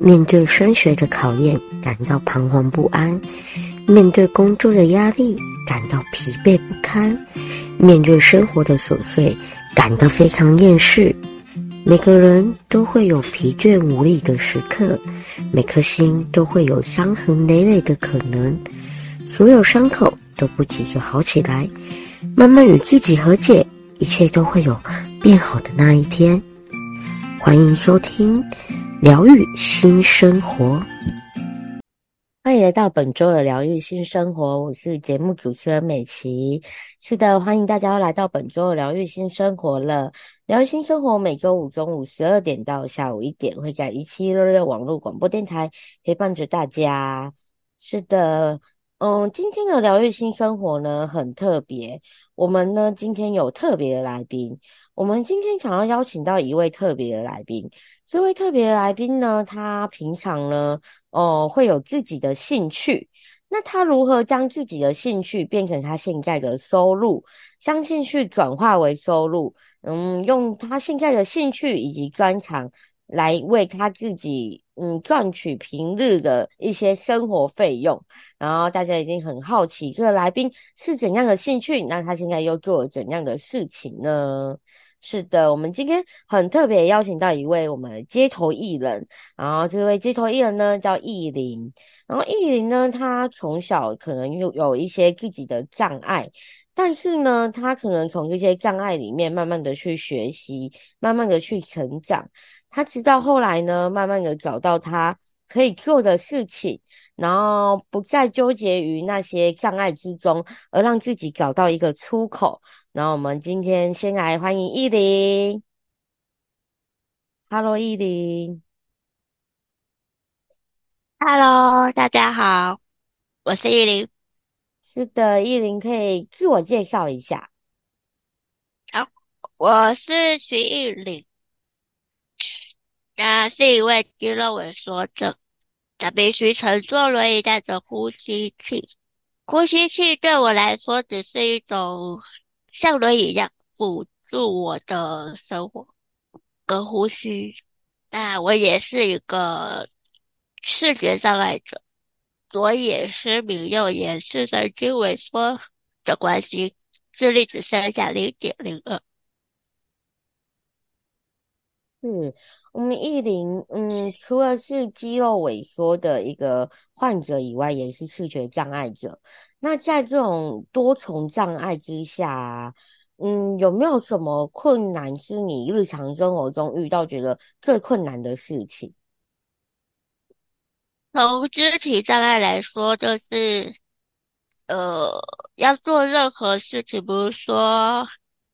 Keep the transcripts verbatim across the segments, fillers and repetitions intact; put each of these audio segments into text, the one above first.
面对升学的考验，感到彷徨不安；面对工作的压力，感到疲惫不堪；面对生活的琐碎，感到非常厌世。每个人都会有疲倦无力的时刻，每颗心都会有伤痕累累的可能。所有伤口都不急着好起来，慢慢与自己和解，一切都会有变好的那一天。欢迎收听疗愈新生活，欢迎来到本周的疗愈新生活，我是节目主持人美琪。是的，欢迎大家来到本周的疗愈新生活了。疗愈新生活每周五中午十二点到下午一点，会在一七六六网络广播电台陪伴着大家。是的，嗯，今天的疗愈新生活呢很特别，我们呢今天有特别的来宾，我们今天想要邀请到一位特别的来宾。这位特别的来宾呢，他平常呢，哦，会有自己的兴趣。那他如何将自己的兴趣变成他现在的收入，将兴趣转化为收入？嗯，用他现在的兴趣以及专长来为他自己嗯赚取平日的一些生活费用。然后大家已经很好奇，这个来宾是怎样的兴趣？那他现在又做了怎样的事情呢？是的，我们今天很特别邀请到一位我们的街头艺人，然后这位街头艺人呢叫艺林，然后艺林呢他从小可能有有一些自己的障碍，但是呢他可能从这些障碍里面慢慢的去学习，慢慢的去成长，他直到后来呢慢慢的找到他可以做的事情，然后不再纠结于那些障碍之中，而让自己找到一个出口。然后我们今天先来欢迎艺林。Hello，艺林。 Hello，大家好，我是依林。 是的，艺林可以自我介绍一下。 好，我是徐艺林，那是一位肌肉萎缩症，他必须乘坐轮椅带着呼吸器。呼吸器对我来说只是一种像轮椅一样辅助我的生活跟呼吸。那我也是一个视觉障碍者，左眼失明，右眼是神经萎缩的关系，视力只剩下零点零二。 是我们艺林，嗯，除了是肌肉萎缩的一个患者以外，也是视觉障碍者。那在这种多重障碍之下啊，嗯，有没有什么困难是你日常生活中遇到觉得最困难的事情？ 从肢体障碍来说，就是呃，要做任何事情，比如说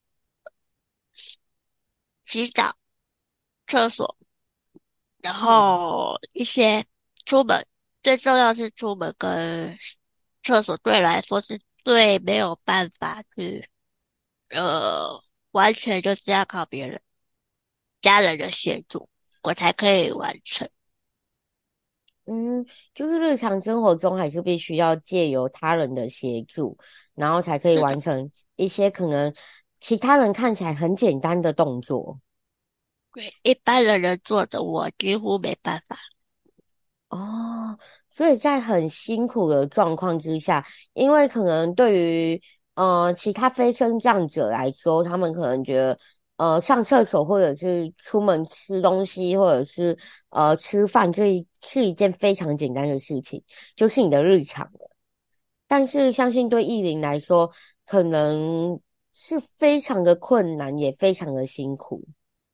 洗澡、厕所，然嗯。 后一些出门，最重要是出门跟厕所，对我来说是最没有办法去呃，完全就是要靠别人、家人的协助，我才可以完成。 嗯，就是日常生活中还是必须要借由他人的协助，然后才可以是的， 完成一些可能其他人看起来很简单的动作。 对，一般人能做的，我几乎没办法。 哦，所以在很辛苦的状况之下，因为可能对于呃其他非生障者来说，他们可能觉得呃上厕所或者是出门吃东西，或者是呃吃饭，这一是一件非常简单的事情，就是你的日常了。但是相信对艺林来说，可能是非常的困难，也非常的辛苦。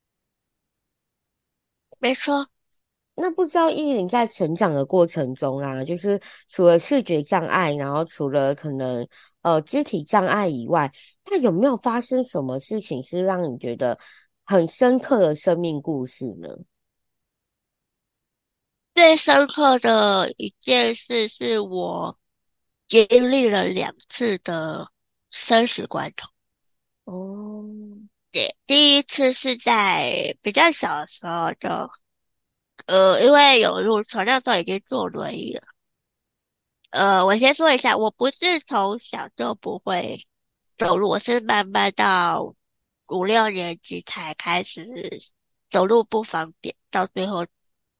没错。 那不知道艺林在成长的过程中啊，就是除了视觉障碍，然后除了可能呃肢体障碍以外，那有没有发生什么事情是让你觉得很深刻的生命故事呢？ 最深刻的一件事是我经历了两次的生死关头。 哦。 对，第一次是在比较小的时候就，呃，因为有入床，那时候已经坐轮椅了。呃，我先说一下，我不是从小就不会走路，我是慢慢到五六年级才开始走路不方便，到最后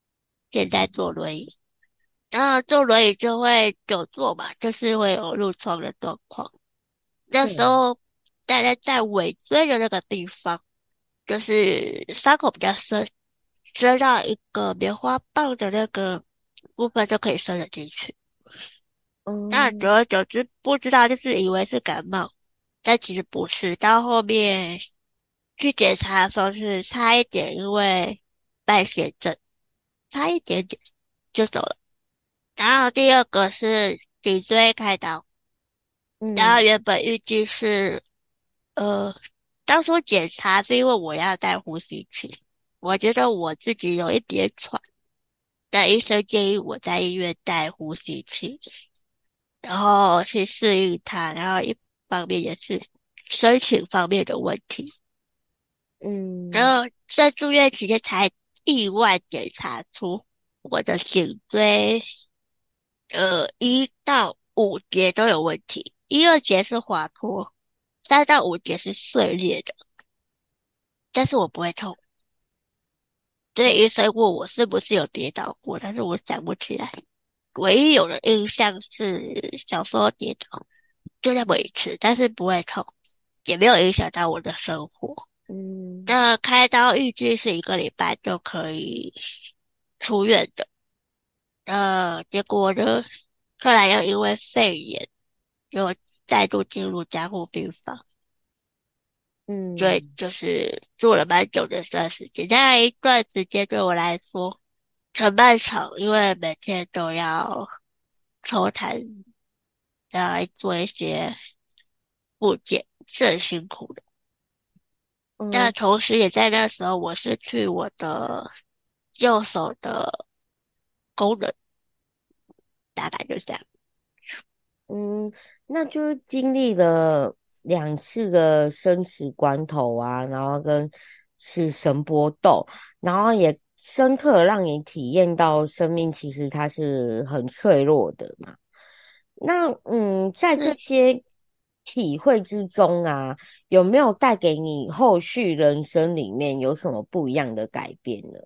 现在坐轮椅。然后坐轮椅就会久坐嘛，就是会有褥疮的状况。那时对， 候大概在尾椎的那个地方，就是伤口比较深，伸到一个棉花棒的那个部分就可以伸得进去。那久嗯而久之，不知道就是以为是感冒，但其实不是。到后面去检查的时候是差一点，因为败血症，差一点点就走了。然后第二个是颈椎开刀，然后嗯原本预计是，呃，当初检查是因为我要戴呼吸器，我觉得我自己有一点喘，但医生建议我在医院戴呼吸器，然后去适应它，然后一方面也是申请方面的问题， 嗯然后在住院期间才意外检查出我的颈椎，呃，一到五节都有问题，一二节是滑脱，三到五节是碎裂的，但是我不会痛。所以医生问我是不是有跌倒过，但是我想不起来。唯一有的印象是小时候跌倒，就那么一次，但是不会痛，也没有影响到我的生活。 嗯那开刀预计是一个礼拜就可以出院的。呃，结果呢，后来又因为肺炎，就再度进入加护病房。所以嗯就是住了蛮久的一段时间，那一段时间对我来说很漫长，因为每天都要抽痰，来做一些复健，是很辛苦的。但嗯同时也在那时候，我失去我的右手的功能，大概就这样。 嗯，那就是经历了两次的生死关头啊，然后跟死神搏斗，然后也深刻地让你体验到生命其实它是很脆弱的嘛。那嗯，在这是些体会之中啊，有没有带给你后续人生里面有什么不一样的改变呢？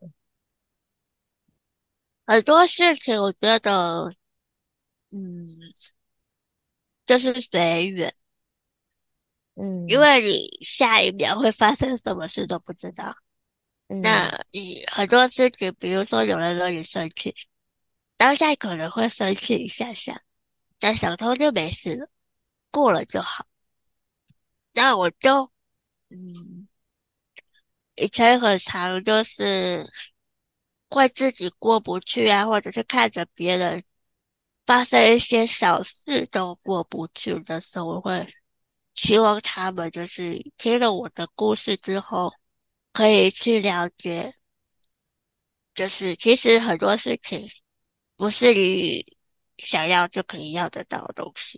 很多事情，我觉得，嗯，就是随缘，因嗯为你下一秒会发生什么事都不知道。 嗯那你很多事情，比如说有人惹你生气，当下可能会生气一下下，但想通就没事了，过了就好。那我就，嗯，以前很常就是会自己过不去啊，或者是看着别人发生一些小事都过不去的时候，我会希望他们就是听了我的故事之后，可以去了解，就是其实很多事情不是你想要就可以要得到的东西。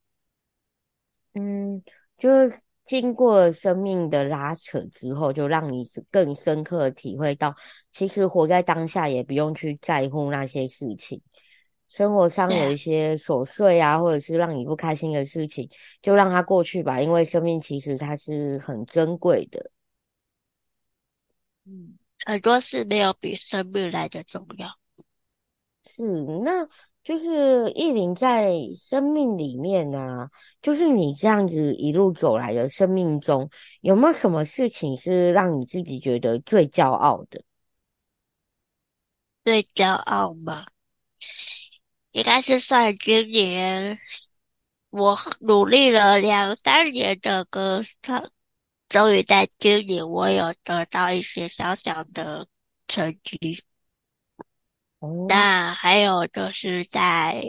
嗯，就是经过了生命的拉扯之后，就让你更深刻的体会到，其实活在当下也不用去在乎那些事情。生活上对啊， 有一些琐碎啊，或者是让你不开心的事情，就让它过去吧。因为生命其实它是很珍贵的。 嗯，很多事没有比生命来的重要。 是，那就是意林在生命里面啊，就是你这样子一路走来的生命中，有没有什么事情是让你自己觉得最骄傲的？ 最骄傲吗？应该是算今年我努力了两三年的歌唱，终于在今年我有得到一些小小的成绩。 哦， 那还有就是在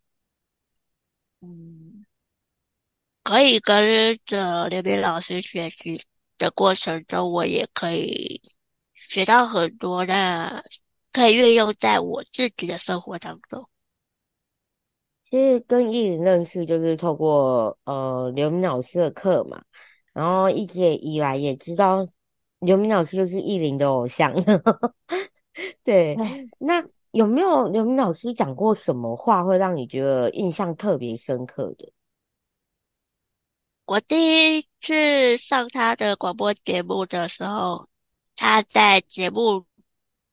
嗯，可以跟着刘斌老师学习的过程中，我也可以学到很多，那可以运用在我自己的生活当中。 其实跟艺人认识就是透过呃刘明老师的课嘛，然后一直以来也知道刘明老师就是艺林的偶像。对， 对， 那有没有刘明老师讲过什么话会让你觉得印象特别深刻的？ 我第一次上他的广播节目的时候，他在节目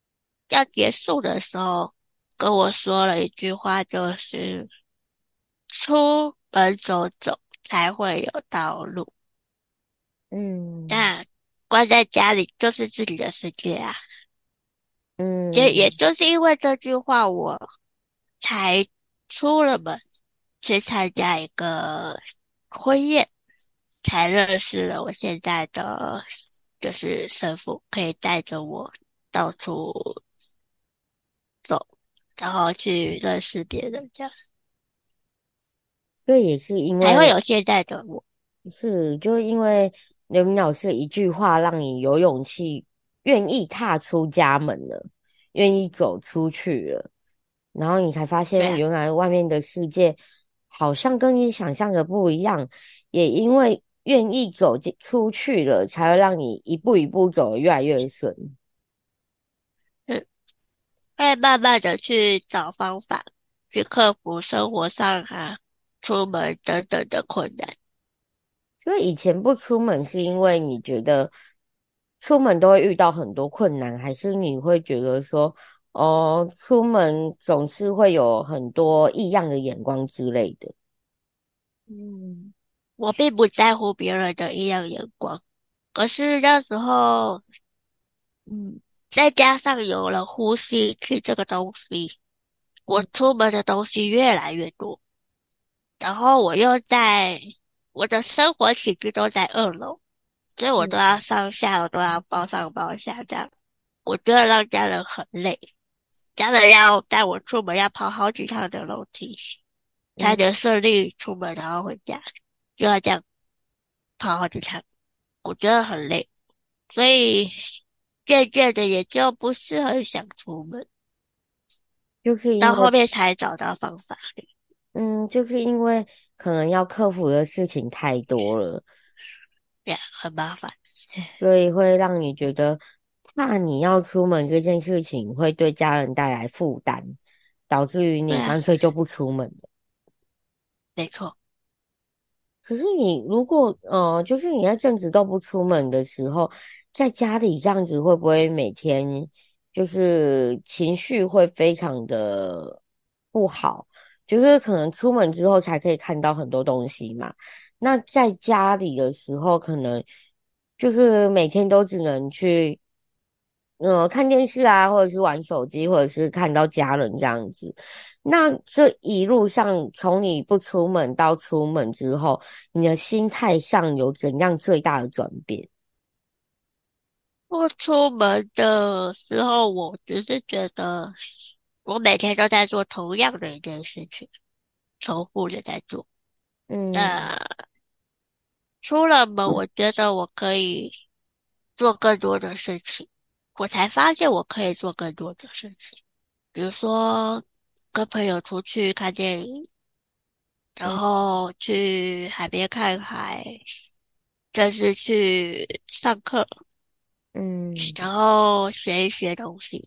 要结束的时候，跟我说了一句话，就是出门走走才会有道路。 嗯那关在家里就是自己的世界啊。也也嗯。 就是因为这句话，我才出了门去参加一个婚宴，才认识了我现在的就是神父，可以带着我到处走，然后去认识别人，这样所以也是因为才会有现在的我。 是，就因为刘明老师一句话，让你有勇气，愿意踏出家门了，愿意走出去了，然后你才发现， 对啊， 原来外面的世界好像跟你想象的不一样。也因为愿意走进出去了，才会让你一步一步走得越来越顺。 嗯，会慢慢的去找方法，去克服生活上啊、出门等等的困难。 所以以前不出门，是因为你觉得出门都会遇到很多困难，还是你会觉得说，哦，出门总是会有很多异样的眼光之类的？ 嗯，我并不在乎别人的异样眼光，可是那时候，嗯，再加上有了呼吸器这个东西，我嗯出门的东西越来越多，然后我又在我的生活起居都在二楼，所以我都嗯要上下，我都要包上包下这样，我觉得让家人很累，家人要带我出门要跑好几趟的楼梯，才嗯， 能顺利出门然后回家，就要这样跑好几趟，我觉得很累，所以渐渐的也就不是很想出门， 就是因为， 到后面才找到方法。 嗯，就是因为可能要克服的事情太多了， 对啊，很麻烦。 所以会让你觉得怕你要出门这件事情会对家人带来负担，导致于你对啊， 干脆就不出门了。 没错。 可是你如果呃，就是你那阵子都不出门的时候，在家里这样子，会不会每天就是情绪会非常的不好？就是可能出门之后才可以看到很多东西嘛。那在家里的时候，可能就是每天都只能去呃看电视啊，或者是玩手机，或者是看到家人这样子。那这一路上，从你不出门到出门之后，你的心态上有怎样最大的转变？ 不出门的时候，我只是觉得我每天都在做同样的一件事情，重复的在做。 嗯， 那出了门，我觉得我可以做更多的事情，我才发现我可以做更多的事情，比如说跟朋友出去看电影，然嗯后去海边看海，甚至去上课， 嗯然后学一学东西，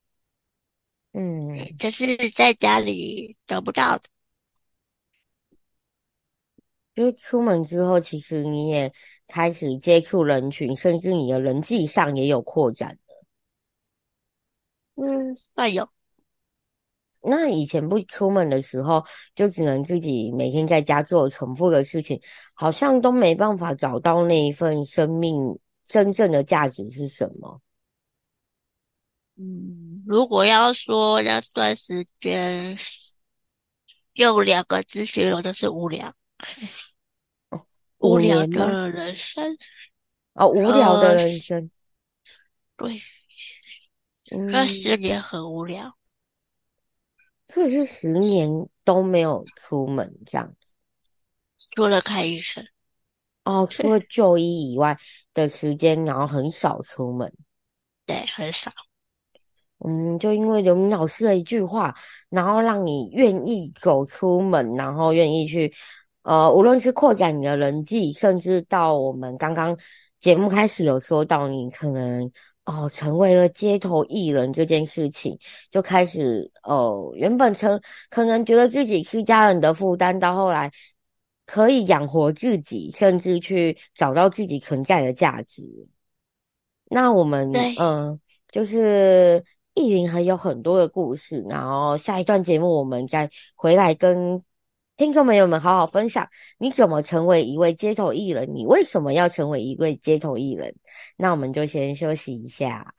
嗯， 这是在家里得不到的。 就是出门之后，其实你也开始接触人群，甚至你的人际上也有扩展。 嗯，算有。 那以前不出门的时候，就只能自己每天在家做重复的事情，好像都没办法找到那一份生命真正的价值是什么。 嗯，如果要说那段时间用两个字形容，就是无聊，无五聊年吗？ 的人生。 哦，无聊的呃， 人生。 对，这十嗯， 年很无聊， 所以是十年都没有出门这样子。 除了看医生。 哦，除了就医以外的时间，然后很少出门。 对，很少。 嗯，就因为刘明老师的一句话，然后让你愿意走出门，然后愿意去，呃，无论是扩展你的人际，甚至到我们刚刚节目开始有说到，你可能哦成为了街头艺人这件事情，就开始哦，原本成可能觉得自己是家人的负担，到后来可以养活自己，甚至去找到自己存在的价值。那我们对， 嗯、呃就是艺林还有很多的故事，然后下一段节目我们再回来跟听众朋友们好好分享你怎么成为一位街头艺人，你为什么要成为一位街头艺人？那我们就先休息一下。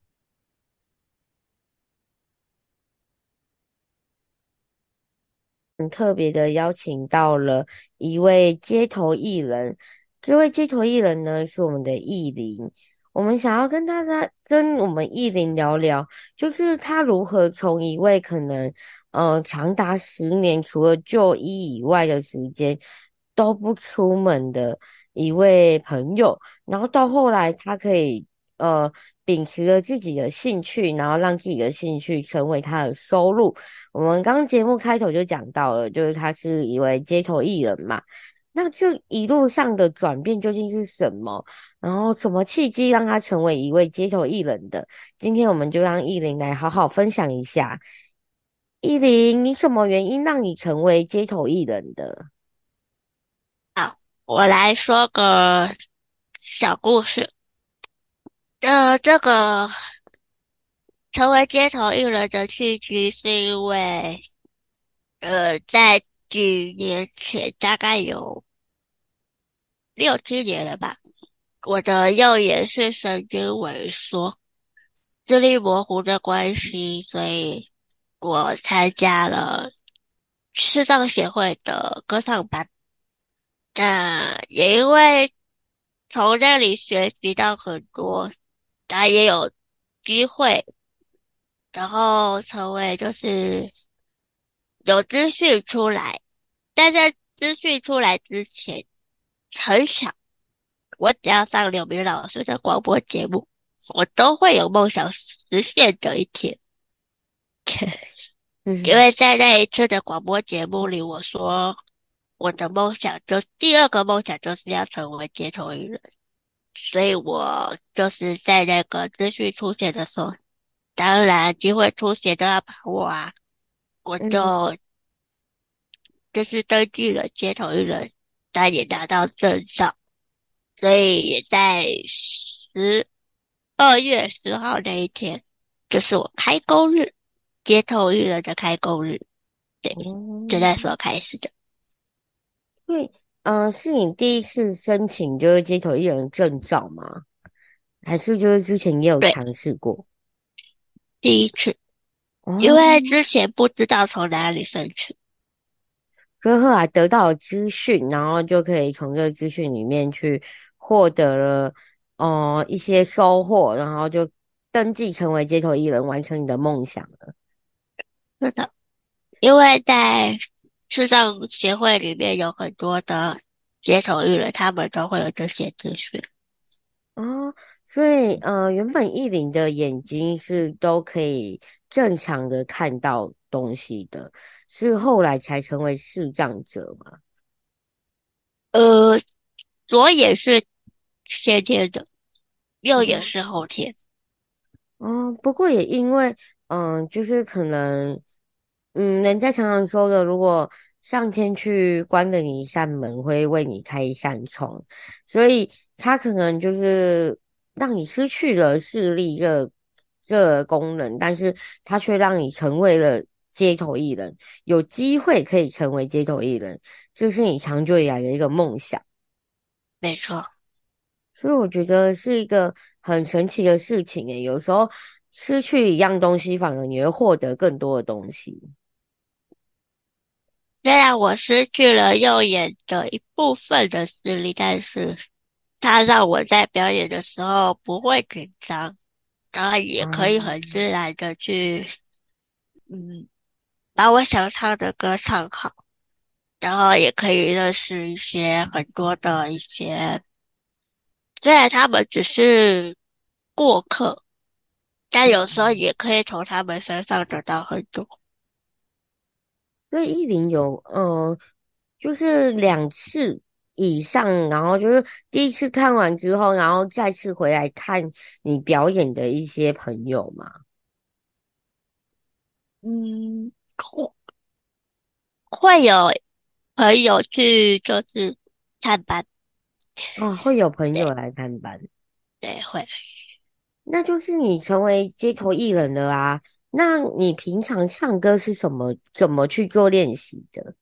很特别的邀请到了一位街头艺人，这位街头艺人呢是我们的艺林。我们想要跟大家跟我们艺林聊聊，就是他如何从一位可能呃长达十年除了就医以外的时间都不出门的一位朋友，然后到后来他可以呃秉持着自己的兴趣，然后让自己的兴趣成为他的收入。我们刚刚节目开头就讲到了，就是他是一位街头艺人嘛，那这一路上的转变究竟是什么？然后什么契机让他成为一位街头艺人的？今天我们就让艺林来好好分享一下。艺林，你什么原因让你成为街头艺人的？ 好，我来说个小故事。呃，这个成为街头艺人的契机是因为，呃，在几年前，大概有六七年了吧，我的右眼是神经萎缩，视力模糊的关系，所以我参加了视障协会的歌唱班。那也因为从那里学习到很多，当然也有机会，然后成为就是有资讯出来，但在资讯出来之前，很小，我只要上刘明老师的广播节目，我都会有梦想实现的一天。因嗯为在那一次的广播节目里，我说我的梦想就第二个梦想就是要成为街头艺人，所以我就是在那个资讯出现的时候，当然机会出现都要把握啊，我嗯就就是登记了街头艺人，但也拿到证照，所以也在十二月十号那一天，就是我开工日，街头艺人的开工日，对，就哦， 在时候开始的。 所以呃，是你第一次申请就是街头艺人证照吗？还是就是之前也有对， 尝试过？ 第一次，因为哦， 之前不知道从哪里申请。 所以后来得到了资讯，然后就可以从这个资讯里面去获得了呃一些收获，然后就登记成为街头艺人，完成你的梦想了。 是的，因为在视障协会里面有很多的街头艺人，他们都会有这些资讯。 哦，所以呃，原本艺林的眼睛是都可以正常的看到东西的，是后来才成为视障者嘛？ 呃，左眼是先天的，右眼哦是后天。 哦，不过也因为，嗯，就是可能，嗯，人家常常说的，如果上天去关了你一扇门，会为你开一扇窗，所以他可能就是让你失去了视力这个这个功能，但是他却让你成为了街头艺人，有机会可以成为街头艺人，这是你长久以来的一个梦想。 没错。 所以我觉得是一个很神奇的事情诶，有时候失去一样东西，反而你会获得更多的东西。 虽然我失去了右眼的一部分的视力，但是它让我在表演的时候不会紧张，然后也可以很啊， 自然的去，嗯，把我想唱的歌唱好，然后也可以认识一些很多的一些，虽然他们只是过客，但有时候也可以从他们身上得到很多。 所以艺林有呃，就是两次以上，然后就是第一次看完之后，然后再次回来看你表演的一些朋友嘛。 嗯，会会有朋友去就是探班， 哦，会有朋友对来探班。 对会。 那就是你成为街头艺人了啊。那你平常唱歌是什么？怎么去做练习的？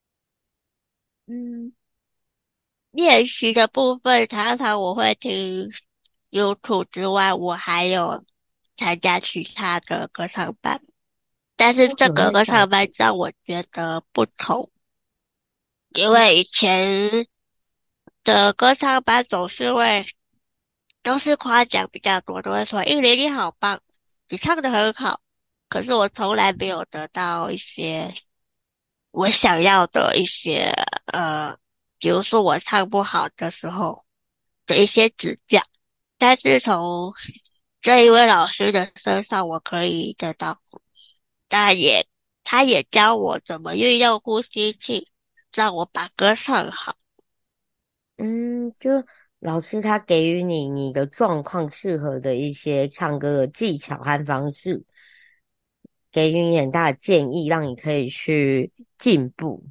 嗯，练习的部分，常常我会听 YouTube 之外，我还有参加其他的歌唱班。但是那可这个歌能会找， 唱班让我觉得不同，因嗯为以前的歌唱班总是会都是夸奖比较多，都会说“印尼你好棒，你唱的很好”。可是我从来没有得到一些我想要的一些呃，比如说我唱不好的时候的一些指教。但是从这一位老师的身上，我可以得到，他也他也教我怎么运用呼吸器，让我把歌唱好。 嗯，就老师他给予你你的状况适合的一些唱歌的技巧和方式，给予你很大的建议，让你可以去进步。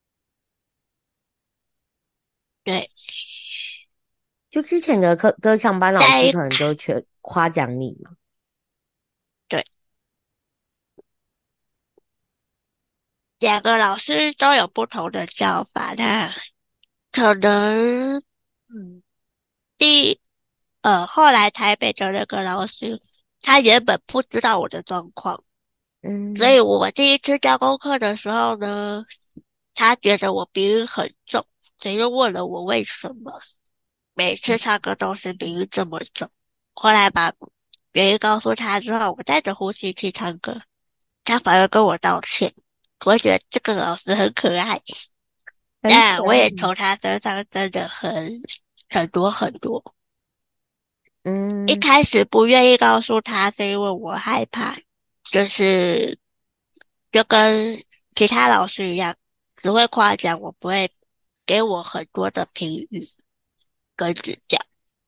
对， 就之前的歌歌唱班老师在可能都全夸奖你嘛。 对两个老师都有不同的教法，那可能嗯，第呃后来台北的那个老师，他原本不知道我的状况。所嗯， 以我第一次教功课的时候呢，他觉得我鼻音很重，所以就问了我为什么每次唱歌都是鼻音这么重。后来把原因告诉他之后，我带着呼吸器唱歌，他反而跟我道歉。我觉得这个老师很可爱， 很可爱。 但我也从他身上真的很很多很多。一嗯， 开始不愿意告诉他，是因为我害怕，就是就跟其他老师一样，只会夸奖我，不会给我很多的评语跟指教。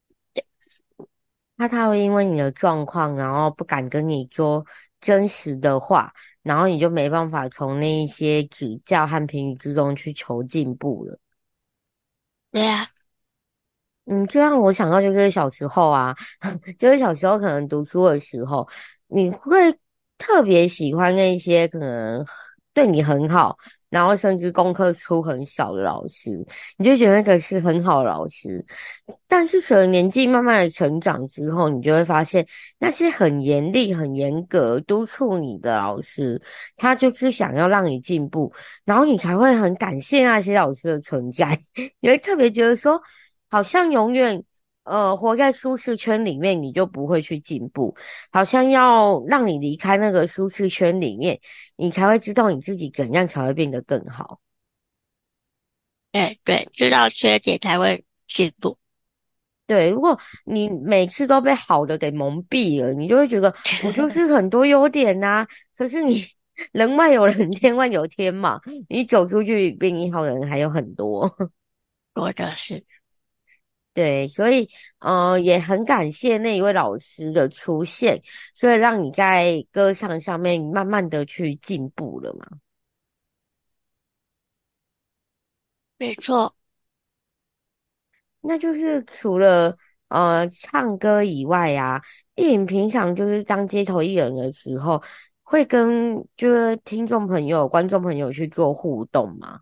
那他会因为你的状况，然后不敢跟你说真实的话，然后你就没办法从那一些指教和评语之中去求进步了。 对啊， 嗯，就让我想到就是小时候啊，就是小时候可能读书的时候，你会特别喜欢那些可能对你很好，然后甚至功课出很少的老师，你就觉得那个是很好的老师。但是随着年纪慢慢的成长之后，你就会发现那些很严厉、很严格督促你的老师，他就是想要让你进步，然后你才会很感谢那些老师的存在。你会特别觉得说，好像永远呃活在舒适圈里面，你就不会去进步，好像要让你离开那个舒适圈里面，你才会知道你自己怎样才会变得更好。 对对，知道缺点才会进步。 对，如果你每次都被好的给蒙蔽了，你就会觉得我就是很多优点呐、可是你人外有人，天外有天嘛，你走出去比你好的人还有很多。 说的是对，所以呃也很感谢那一位老师的出现，所以让你在歌唱上面慢慢的去进步了嘛。 没错。 那就是除了呃唱歌以外呀、艺人平常就是当街头艺人的时候，会跟就是听众朋友、观众朋友去做互动吗？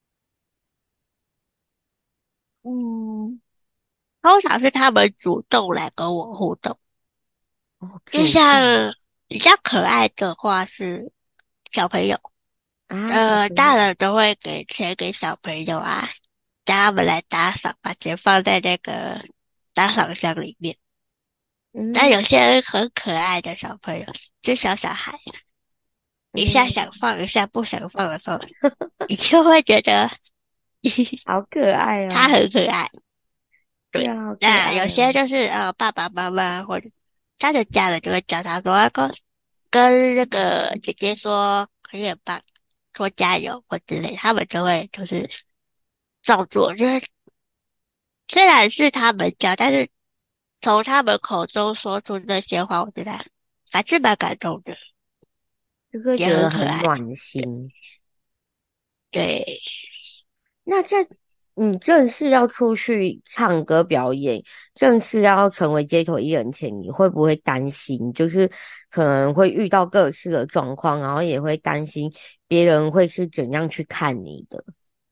嗯，通常是他们主动来跟我互动， 哦， 就主动像比较可爱的话是小朋友。 啊，小呃， 朋友， 大人都会给钱给小朋友啊，叫他们来打赏，把钱放在那个打赏箱里面。但嗯有些很可爱的小朋友，就小小孩，一下想嗯， 放，一下不想放的时候，你就会觉得好可爱他哦， 很可爱。对， 对啊，好可那有爱哦， 些就是呃爸爸妈妈或者他的家人就会叫他说啊跟跟那个姐姐说很很棒，说加油或之类，他们就会就是照做，就是虽然是他们教，但是从他们口中说出那些话，我觉得还是蛮感动的， 就是会也觉得很可爱。 很暖心。 对， 那在你正式要出去唱歌表演，正式要成为街头艺人前，你会不会担心？就是可能会遇到各式的状况，然后也会担心别人会是怎样去看你的。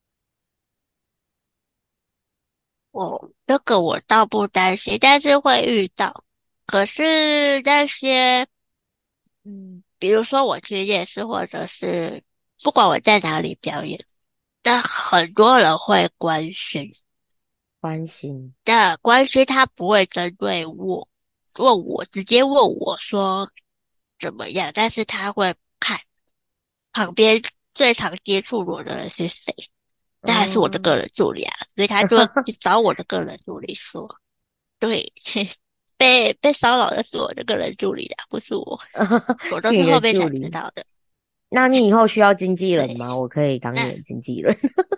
我这个我倒不担心，但是会遇到。可是那些，嗯，比如说我去夜市，或者是不管我在哪里表演，但很多人会关心。 关心。 但关心他不会针对我，问我直接问我说怎么样，但是他会看旁边最常接触我的人是谁，那还是我的个嗯， 人助理啊，所以他就会去找我的个人助理说，对，被被骚扰的是我的个人助理啊，不是我，我都是是你的后面才知助理。 道的。 那你以后需要经纪人对， 吗？我可以当你那的经纪人。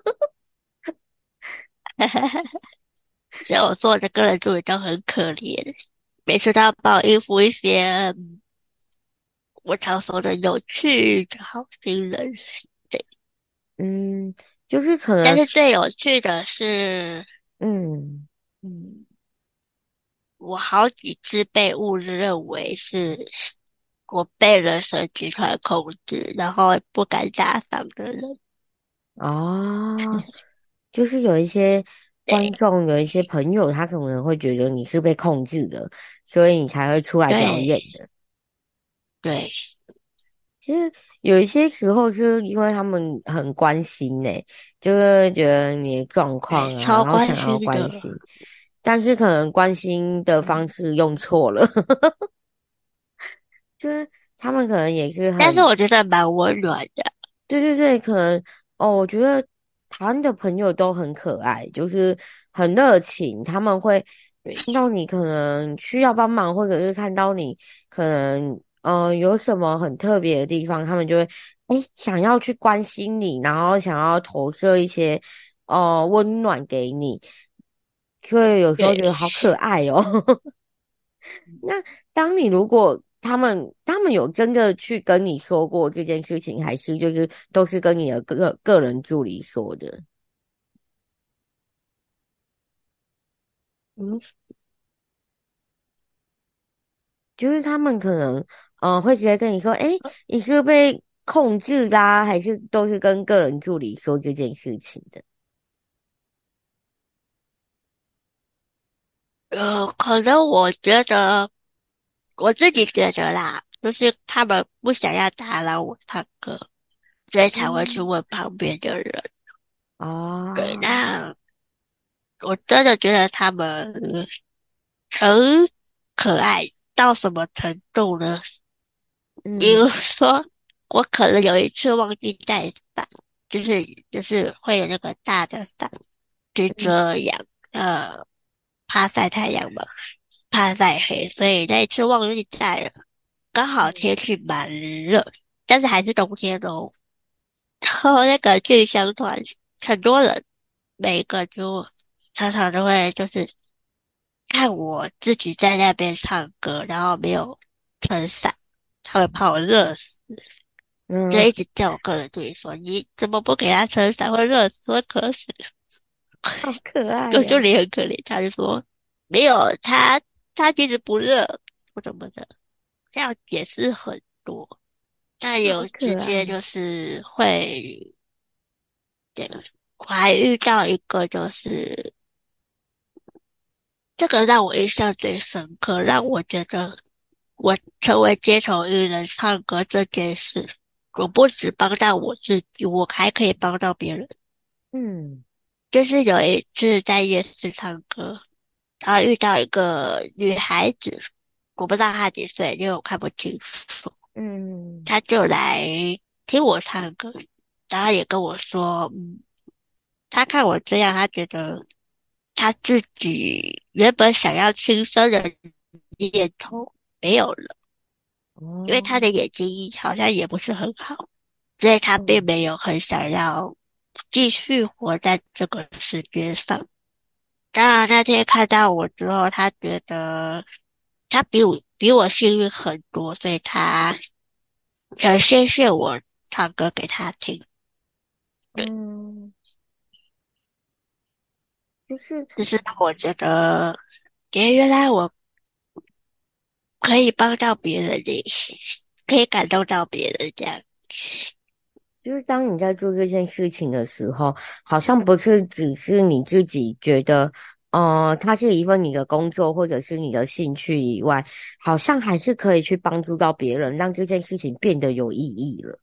所以我做的个人助理都很可怜，每次都要帮我应付一些嗯我常说的有趣的好心人。对， 嗯，就是可能， 但是最有趣的是， 嗯。 嗯，我好几次被误认为是我被人蛇集团控制，然后不敢打赏的人。 哦，就是有一些观对众，有一些朋友，他可能会觉得你是被控制的，所以你才会出来表对演的。 对其实有一些时候是因为他们很关心呢，就会觉得你的状对， 况啊， 超关然后想要心的。 关心，但是可能关心的方嗯， 式用错了。就是他们可能也是很但是我觉得蛮温暖的。 对对对，可能哦，我觉得台湾的朋友都很可爱，就是很热情。他们会对看到你可能需要帮忙，或者是看到你可能呃有什么很特别的地方，他们就会诶想要去关心你，然后想要投射一些呃温暖给你，所以有时候觉得对。 好可爱哦。那当你如果他们他们有真的去跟你说过这件事情，还是就是都是跟你的个个人助理说的？ 嗯， 就是他们可能呃会直接跟你说，诶，你是被控制啦，还是都是跟个人助理说这件事情的？ 呃，可能我觉得我自己觉得啦，就是他们不想要打扰我唱歌，所以才会去嗯。 问旁边的人。对， 啊。 那我真的觉得他们很可爱到什么程度呢？比嗯。 如说，我可能有一次忘记带伞，就是就是会有那个大的伞去嗯。 遮阳，呃，怕晒太阳嘛，怕晒黑，所以那一次忘记带了。刚好天气蛮热，但是还是冬天哦。然后那个进香团很多人，每一个就常常都会就是看我自己在那边唱歌，然后没有撑伞，他会怕我热死，就嗯。 一直叫我个人助理说：“你怎么不给他撑伞？会热死，会渴死。” 好可爱我助哦。 理很可怜，他就说：“没有他，他其实不热，或什么的。”这样解释很多。但好有直可爱。 接就是会，这个我还遇到一个，就是这个让我印象最深刻，让我觉得我成为街头艺人唱歌这件事，我不只帮到我自己，我还可以帮到别人。 嗯。 就是有一次在夜市唱歌，然后遇到一个女孩子，我不知道她几岁，因为我看不清楚。 嗯。 她就来听我唱歌，然后也跟我说，嗯，她看我这样，她觉得她自己原本想要轻生的念头没有了，因为她哦。 的眼睛好像也不是很好，所以她并嗯。 没有很想要继续活在这个世界上。当然那天看到我之后，她觉得她比我比我幸运很多，所以她想谢谢我唱歌给她听。对， 嗯。 就是只是让我觉得，耶，原来我可以帮到别人的，可以感动到别人这样。 就是当你在做这件事情的时候，好像不是只是你自己觉得，呃，它是一份你的工作或者是你的兴趣以外，好像还是可以去帮助到别人，让这件事情变得有意义了。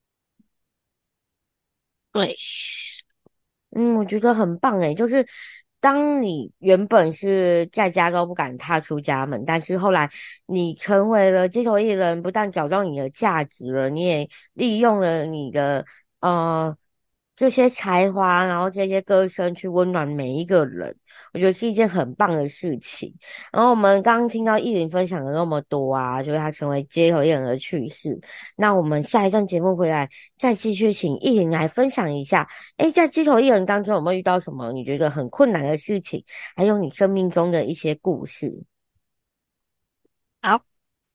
对， 嗯，我觉得很棒诶，就是当你原本是在家都不敢踏出家门，但是后来你成为了街头艺人，不但找到你的价值了，你也利用了你的呃这些才华，然后这些歌声去温暖每一个人，我觉得是一件很棒的事情。然后我们刚刚听到艺林分享了那么多啊，就是他成为街头艺人的趣事。那我们下一段节目回来再继续请艺林来分享一下。诶，在街头艺人当中有没有遇到什么你觉得很困难的事情，还有你生命中的一些故事？ 好，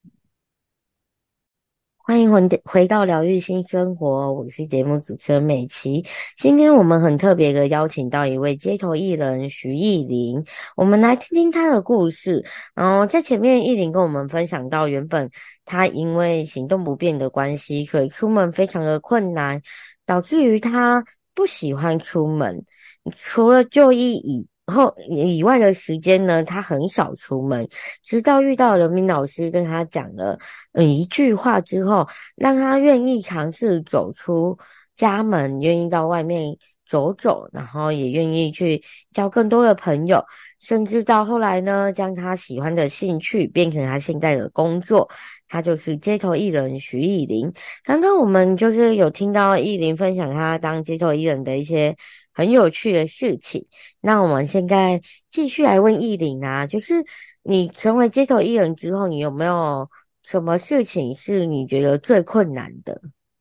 欢迎回回到疗愈新生活，我是节目主持人美琪。今天我们很特别的邀请到一位街头艺人徐艺林，我们来听听他的故事。然后在前面，艺林跟我们分享到，原本他因为行动不便的关系，所以出门非常的困难，导致于他不喜欢出门。除了就医以后以外的时间呢，他很少出门。直到遇到人民老师跟他讲了。嗯，一句话之后，让他愿意尝试走出家门，愿意到外面走走，然后也愿意去交更多的朋友，甚至到后来呢，将他喜欢的兴趣变成他现在的工作。他就是街头艺人徐艺林。刚刚我们就是有听到艺林分享他当街头艺人的一些很有趣的事情。那我们现在继续来问艺林啊，就是你成为街头艺人之后，你有没有什么事情是你觉得最困难的？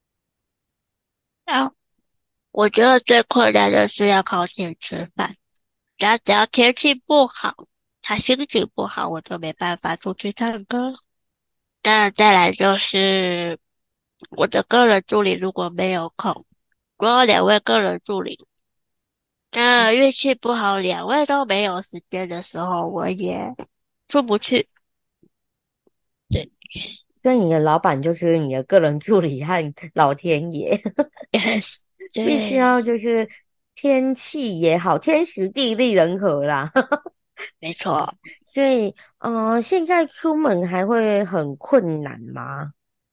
然后我觉得最困难的是要靠天吃饭，只要只要天气不好，他心情不好，我就没办法出去唱歌。当然，再来就是我的个人助理如果没有空，如果两位个人助理那运气不好，两位都没有时间的时候，我也出不去。对， 所以你的老板就是你的个人助理和老天爷，必须对， 要就是天气也好，天时地利人和啦。 没错。 所以，呃，现在出门还会很困难吗？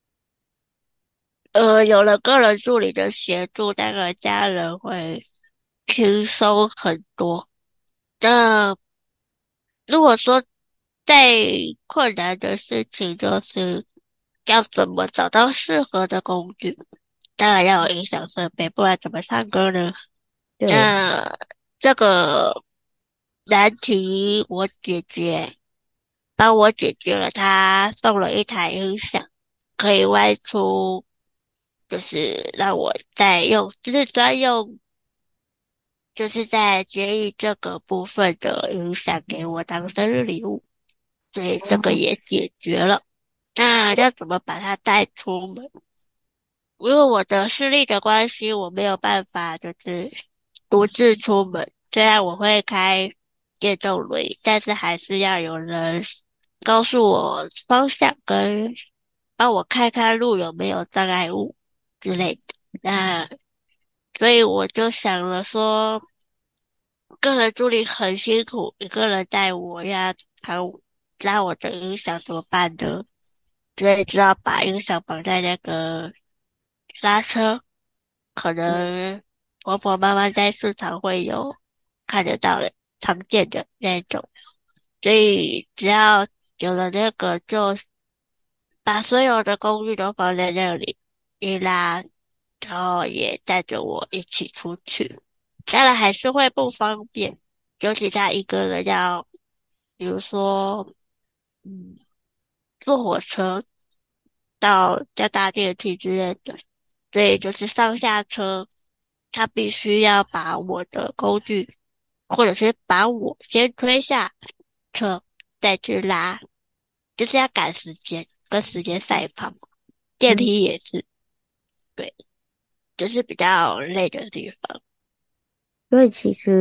呃，有了个人助理的协助，那个家人会轻松很多。那如果说再困难的事情，就是要怎么找到适合的工具，当然要有音响设备，不然怎么唱歌呢？ 对， 那这个难题，我姐姐帮我解决了，她送了一台音响，可以外出，就是让我在用，就是专用，就是在接应这个部分的音响给我当生日礼物，所以这个也解决了。那要怎么把它带出门？因为我的视力的关系，我没有办法就是独自出门。虽然我会开电动轮椅，但是还是要有人告诉我方向，跟帮我看看路有没有障碍物之类的。那所以我就想了说，个人助理很辛苦，一个人带我呀，还有拉我的音响怎么办呢？所以只好把音响绑在那个拉车，可能婆婆妈妈在市场会有看得到的常见的那种，所以只要有了那个，就把所有的工具都放在那里一拉，然后也带着我一起出去。当然还是会不方便，尤其他一个人要，比如说，嗯，坐火车到要搭电梯之类的，对，就是上下车，他必须要把我的工具，或者是把我先推下车，再去拉，就是要赶时间，跟时间赛跑。电嗯， 梯也是，对，就是比较累的地方。 所以其实，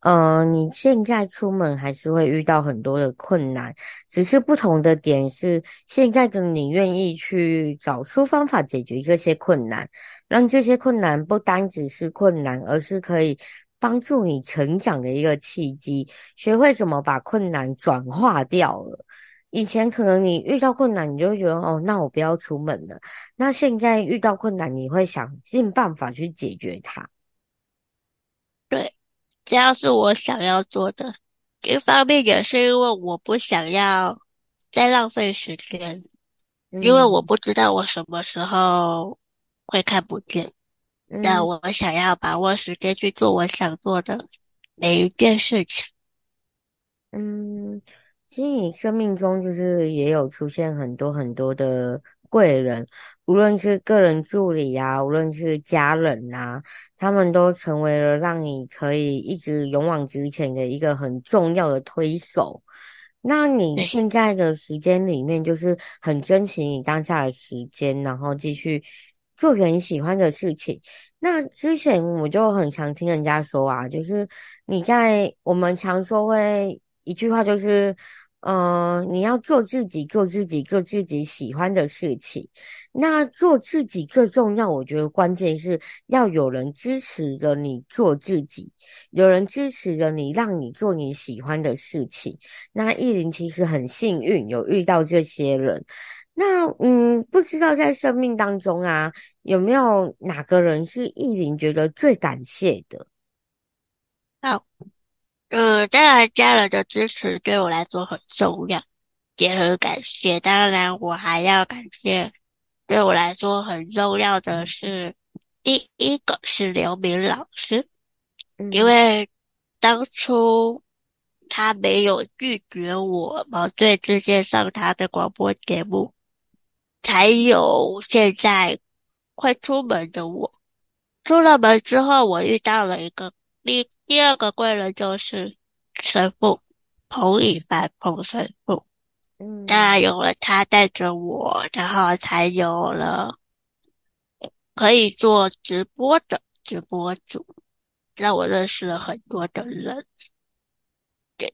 呃，你现在出门还是会遇到很多的困难，只是不同的点是，现在的你愿意去找出方法解决这些困难，让这些困难不单只是困难，而是可以帮助你成长的一个契机，学会怎么把困难转化掉了。以前可能你遇到困难，你就会觉得哦，那我不要出门了。那现在遇到困难，你会想尽办法去解决它。 对，这样是我想要做的。一方面也是因为我不想要再浪费时间，因为我嗯不知道我什么时候会看不见。但嗯。 我想要把握时间去做我想做的每一件事情。 嗯，其实你生命中就是也有出现很多很多的贵人，无论是个人助理啊，无论是家人啊，他们都成为了让你可以一直勇往直前的一个很重要的推手。那你对， 现在的时间里面，就是很珍惜你当下的时间，然后继续做着你喜欢的事情。那之前我就很常听人家说啊，就是你在我们常说会一句话就是，嗯、你要做自己，做自己，做自己喜欢的事情。那做自己最重要，我觉得关键是要有人支持着你做自己，有人支持着你，让你做你喜欢的事情。那艺林其实很幸运有遇到这些人。那嗯，不知道在生命当中啊，有没有哪个人是艺林觉得最感谢的？ 好，嗯，当然家人的支持对我来说很重要，也很感谢。当然，我还要感谢对我来说很重要的是，第一个是刘明老师，因嗯为当初他没有拒绝我嘛，对，直接上他的广播节目，才有现在会出门的我。出了门之后，我遇到了一个第第二个贵人，就是神父彭以凡彭神父。当嗯然有了他带着我，然后才有了可以做直播的直播主，让我认识了很多的人。对，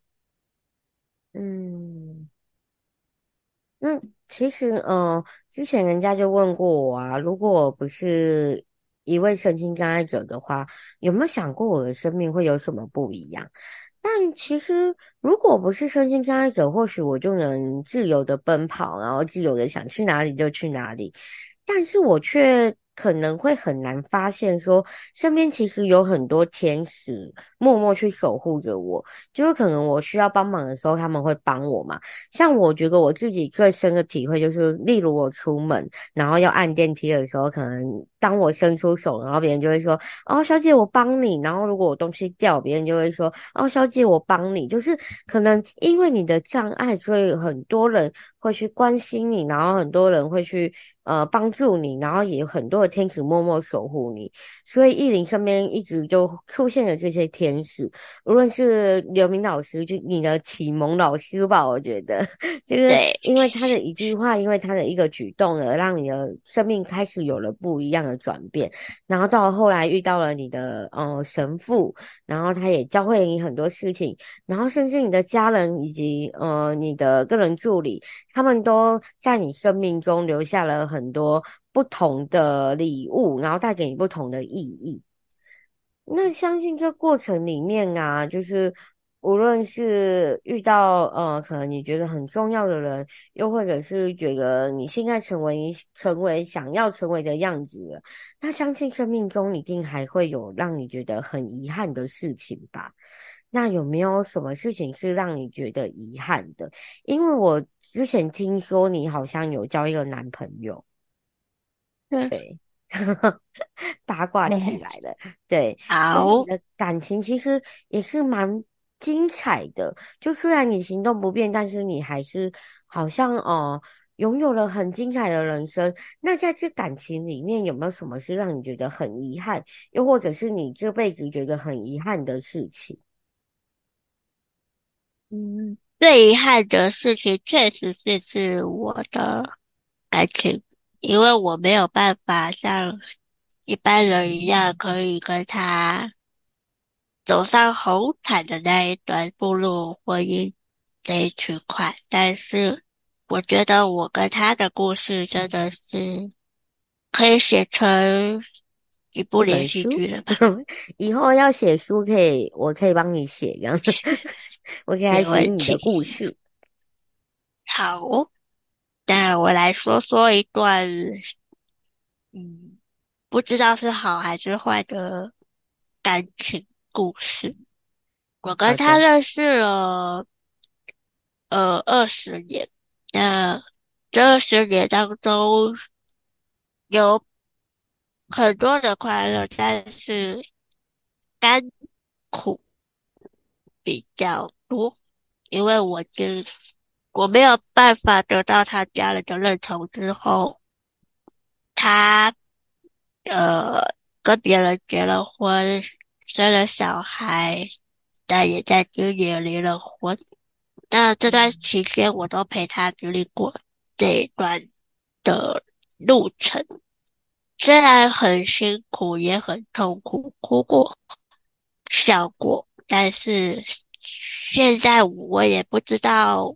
嗯。那其实，呃，之前人家就问过我啊，如果我不是一位身心障碍者的话，有没有想过我的生命会有什么不一样？但其实，如果不是身心障碍者，或许我就能自由的奔跑，然后自由的想去哪里就去哪里。但是我却可能会很难发现说，身边其实有很多天使默默去守护着我，就是可能我需要帮忙的时候，他们会帮我嘛。像我觉得我自己最深的体会就是，例如我出门，然后要按电梯的时候，可能当我伸出手，然后别人就会说：“哦，小姐，我帮你。”然后如果我东西掉，别人就会说：“哦，小姐，我帮你。”就是可能因为你的障碍，所以很多人会去关心你，然后很多人会去呃帮助你，然后也有很多的天使默默守护你。所以艺林身边一直就出现了这些天使。无论是刘明老师，就你的启蒙老师吧，我觉得，就是对， 因为他的一句话，因为他的一个举动而让你的生命开始有了不一样的转变。然后到了后来遇到了你的呃神父，然后他也教会你很多事情，然后甚至你的家人以及呃你的个人助理，他们都在你生命中留下了很多不同的礼物，然后带给你不同的意义。那相信这过程里面啊，就是无论是遇到呃，可能你觉得很重要的人，又或者是觉得你现在成为成为想要成为的样子了，那相信生命中一定还会有让你觉得很遗憾的事情吧？那有没有什么事情是让你觉得遗憾的？因为我之前听说你好像有交一个男朋友。 嗯， 对，八卦起来了。对，就是你好， 的感情其实也是蛮精彩的。就虽然你行动不便，但是你还是好像哦、呃拥有了很精彩的人生。那在这感情里面，有没有什么是让你觉得很遗憾，又或者是你这辈子觉得很遗憾的事情？ 嗯，最遗憾的事情确实是是我的感情，因为我没有办法像一般人一样可以跟他走上红毯的那一段步入婚姻这一区块，但是我觉得我跟他的故事真的是可以写成一部一连本书。 续剧了吧？ 以后要写书可以，我可以帮你写，这样我可以来没写你的问题。 故事。 好，那我来说说一段，嗯，不知道是好还是坏的感情故事。我跟好的。 他认识了呃二十年，那这二十年当中有很多的快乐，但是甘苦比较多，因为我就我没有办法得到他家人的认同之后，他呃跟别人结了婚，生了小孩，但也在今年离了婚。那这段嗯期间，我都陪他经历过这一段的路程，虽然很辛苦，也很痛苦，哭过、笑过，但是现在我也不知道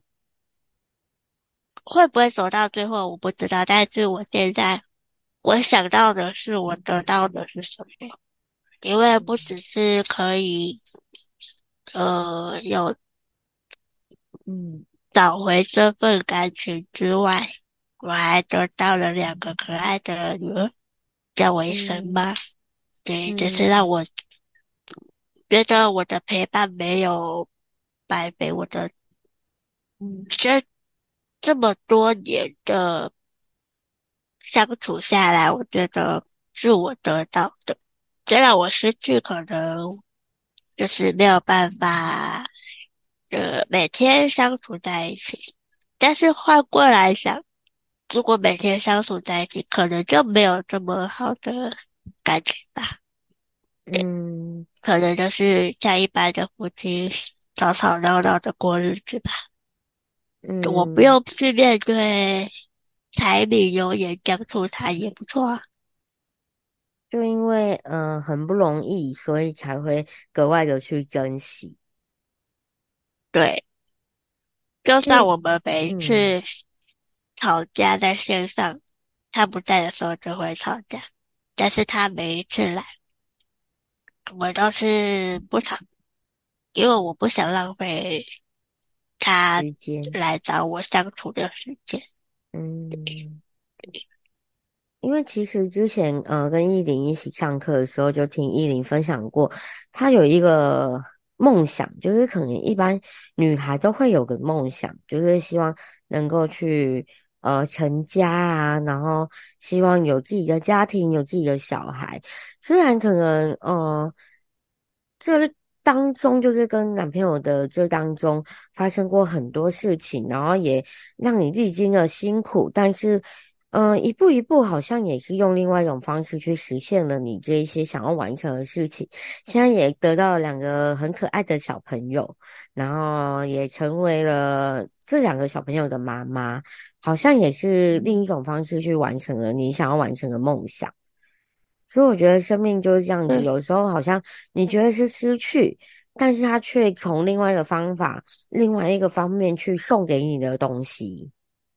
会不会走到最后，我不知道。但是我现在我想到的是，我得到的是什么？因为不只是可以呃有嗯找回这份感情之外，我还得到了两个可爱的女儿，叫我一声嗯妈。对，这是让嗯我觉得我的陪伴没有白费，我的嗯这这么多年的相处下来，我觉得是我得到的。虽然我失去，可能就是没有办法，呃，每天相处在一起。但是换过来想，如果每天相处在一起，可能就没有这么好的感情吧。 嗯可能就是像一般的夫妻吵吵闹闹的过日子吧。我不嗯， 用去面对柴米油盐酱醋茶也不错啊。 就因为呃很不容易，所以才会格外的去珍惜。 对，就算是。 我们每一嗯次吵架在线上，他不在的时候就会吵架，但是他每一次来，我都是不吵，因为我不想浪费他时间。 来找我相处的时间。 嗯。因为其实之前呃跟依林一起上课的时候，就听依林分享过，她有一个梦想，就是可能一般女孩都会有个梦想，就是希望能够去呃成家啊，然后希望有自己的家庭，有自己的小孩。虽然可能呃这当中就是跟男朋友的这当中发生过很多事情，然后也让你历经了辛苦，但是。嗯，呃一步一步好像也是用另外一种方式去实现了你这一些想要完成的事情。现在也得到了两个很可爱的小朋友，然后也成为了这两个小朋友的妈妈，好像也是另一种方式去完成了你想要完成的梦想。所以我觉得生命就是这样子， 对， 有时候好像你觉得是失去，但是他却从另外一个方法、另外一个方面去送给你的东西。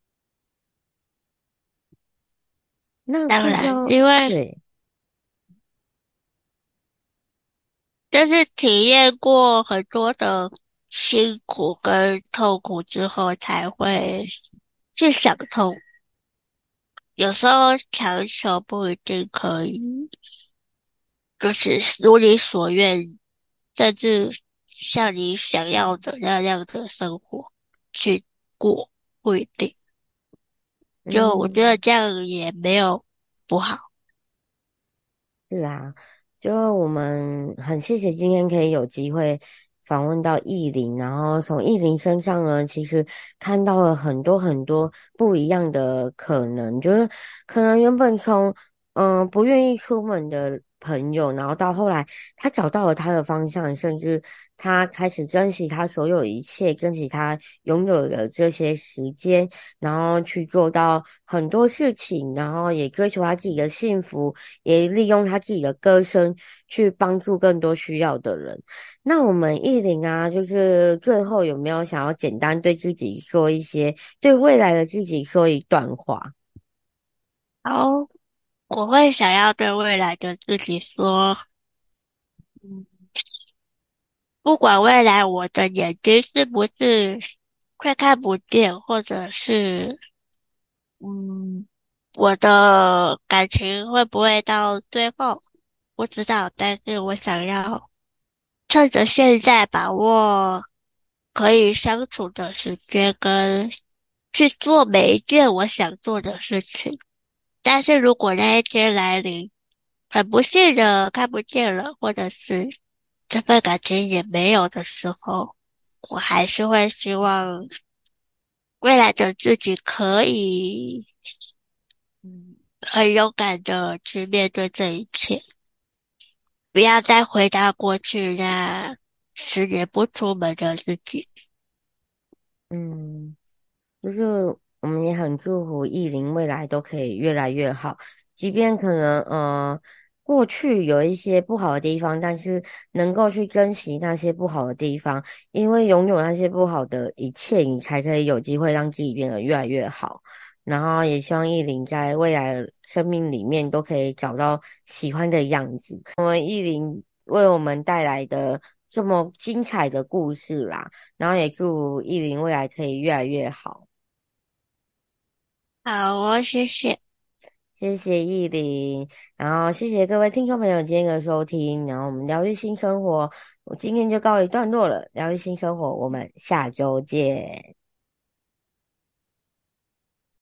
那当然， 不知道。 因为对。 就是体验过很多的辛苦跟痛苦之后，才会去想通。有时候强求不一定可以，就是如你所愿，甚至像你想要的那样的生活去过，不一定。就我觉得嗯。 这样也没有不好。 是啊，就我们很谢谢今天可以有机会访问到艺林，然后从艺林身上呢，其实看到了很多很多不一样的可能，就是可能原本从嗯、呃不愿意出门的朋友，然后到后来他找到了他的方向，甚至他开始珍惜他所有一切，珍惜他拥有的这些时间，然后去做到很多事情，然后也追求他自己的幸福，也利用他自己的歌声去帮助更多需要的人。那我们艺林啊，就是最后有没有想要简单对自己说一些，对未来的自己说一段话？ 好，我会想要对未来的自己说，嗯，不管未来我的眼睛是不是快看不见，或者是嗯，我的感情会不会到最后，不知道，但是我想要趁着现在把握可以相处的时间，跟去做每一件我想做的事情。但是如果那一天来临，很不幸的看不见了，或者是这份感情也没有的时候，我还是会希望未来的自己可以，嗯，很勇敢的去面对这一切，不要再回到过去那十年不出门的自己。 嗯。就是我们也很祝福艺林未来都可以越来越好，即便可能呃过去有一些不好的地方，但是能够去珍惜那些不好的地方，因为拥有那些不好的一切，你才可以有机会让自己变得越来越好。然后也希望艺林在未来的生命里面都可以找到喜欢的样子。我们艺林为我们带来的这么精彩的故事啦，然后也祝艺林未来可以越来越好。 好哦，谢谢。 谢谢意林，然后谢谢各位听众朋友今天的收听，然后我们疗愈新生活，我今天就告一段落了，疗愈新生活，我们下周见。